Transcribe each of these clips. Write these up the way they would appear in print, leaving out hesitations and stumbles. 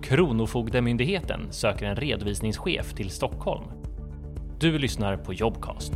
Kronofogdemyndigheten söker en redovisningschef till Stockholm. Du lyssnar på Jobcast.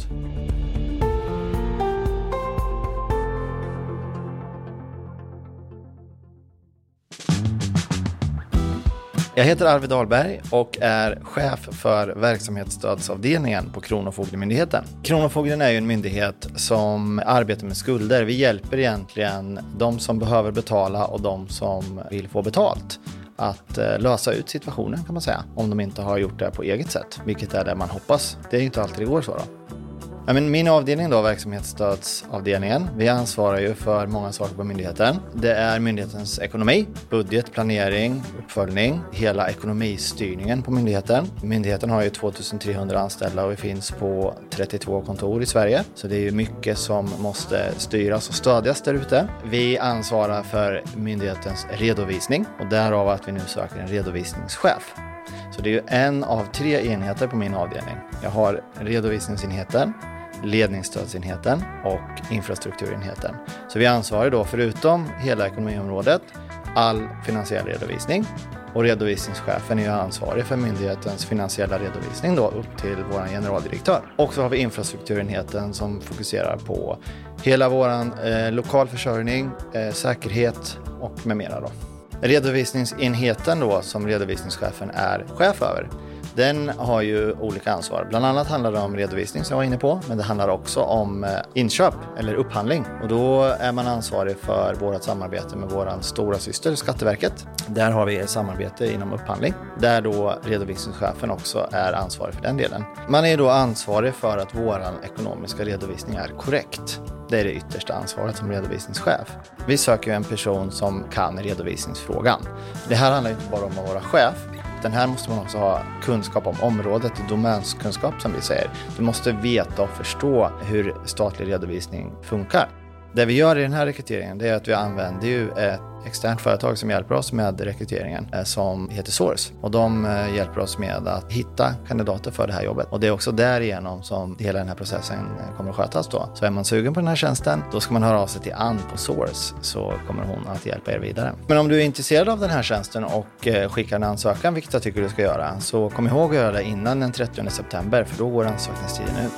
Jag heter Arvid Dahlberg och är chef för verksamhetsstödsavdelningen på Kronofogdemyndigheten. Kronofogden är ju en myndighet som arbetar med skulder. Vi hjälper egentligen de som behöver betala och de som vill få betalt att lösa ut situationen, kan man säga, om de inte har gjort det på eget sätt, vilket är det man hoppas. Det är inte alltid det går så då. Ja, men min avdelning då, verksamhetsstödsavdelningen, vi ansvarar ju för många saker på myndigheten. Det är myndighetens ekonomi, budget, planering, uppföljning, hela ekonomistyrningen på myndigheten. Myndigheten har ju 2300 anställda och vi finns på 32 kontor i Sverige. Så det är ju mycket som måste styras och stödjas där ute. Vi ansvarar för myndighetens redovisning och därav att vi nu söker en redovisningschef. Så det är ju en av 3 enheter på min avdelning. Jag har redovisningsenheten, ledningsstödsenheten och infrastrukturenheten. Så vi ansvarar då förutom hela ekonomiområdet all finansiell redovisning. Och redovisningschefen är ju ansvarig för myndighetens finansiella redovisning då upp till vår generaldirektör. Och så har vi infrastrukturenheten som fokuserar på hela vår lokalförsörjning, säkerhet och med mera då. Redovisningsenheten då som redovisningschefen är chef över, den har ju olika ansvar. Bland annat handlar det om redovisning som jag var inne på, men det handlar också om inköp eller upphandling. Och då är man ansvarig för vårt samarbete med vår stora syster Skatteverket. Där har vi ett samarbete inom upphandling, där då redovisningschefen också är ansvarig för den delen. Man är då ansvarig för att vår ekonomiska redovisning är korrekt. Det är det yttersta ansvaret som redovisningschef. Vi söker en person som kan redovisningsfrågan. Det här handlar inte bara om att vara chef. Den här måste man också ha kunskap om området, domänskunskap som vi säger. Du måste veta och förstå hur statlig redovisning funkar. Det vi gör i den här rekryteringen, det är att vi använder ju ett externt företag som hjälper oss med rekryteringen som heter Source. Och de hjälper oss med att hitta kandidater för det här jobbet. Och det är också därigenom som hela den här processen kommer att skötas då. Så är man sugen på den här tjänsten, då ska man höra av sig till Ann på Source, så kommer hon att hjälpa er vidare. Men om du är intresserad av den här tjänsten och skickar en ansökan, vilket jag tycker du ska göra, så kom ihåg att göra det innan den 30 september, för då går ansökningstiden ut.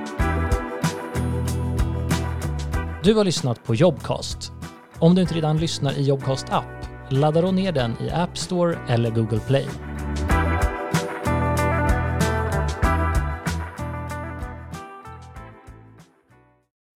Du har lyssnat på Jobcast. Om du inte redan lyssnar i Jobcast app, ladda då ner den i App Store eller Google Play.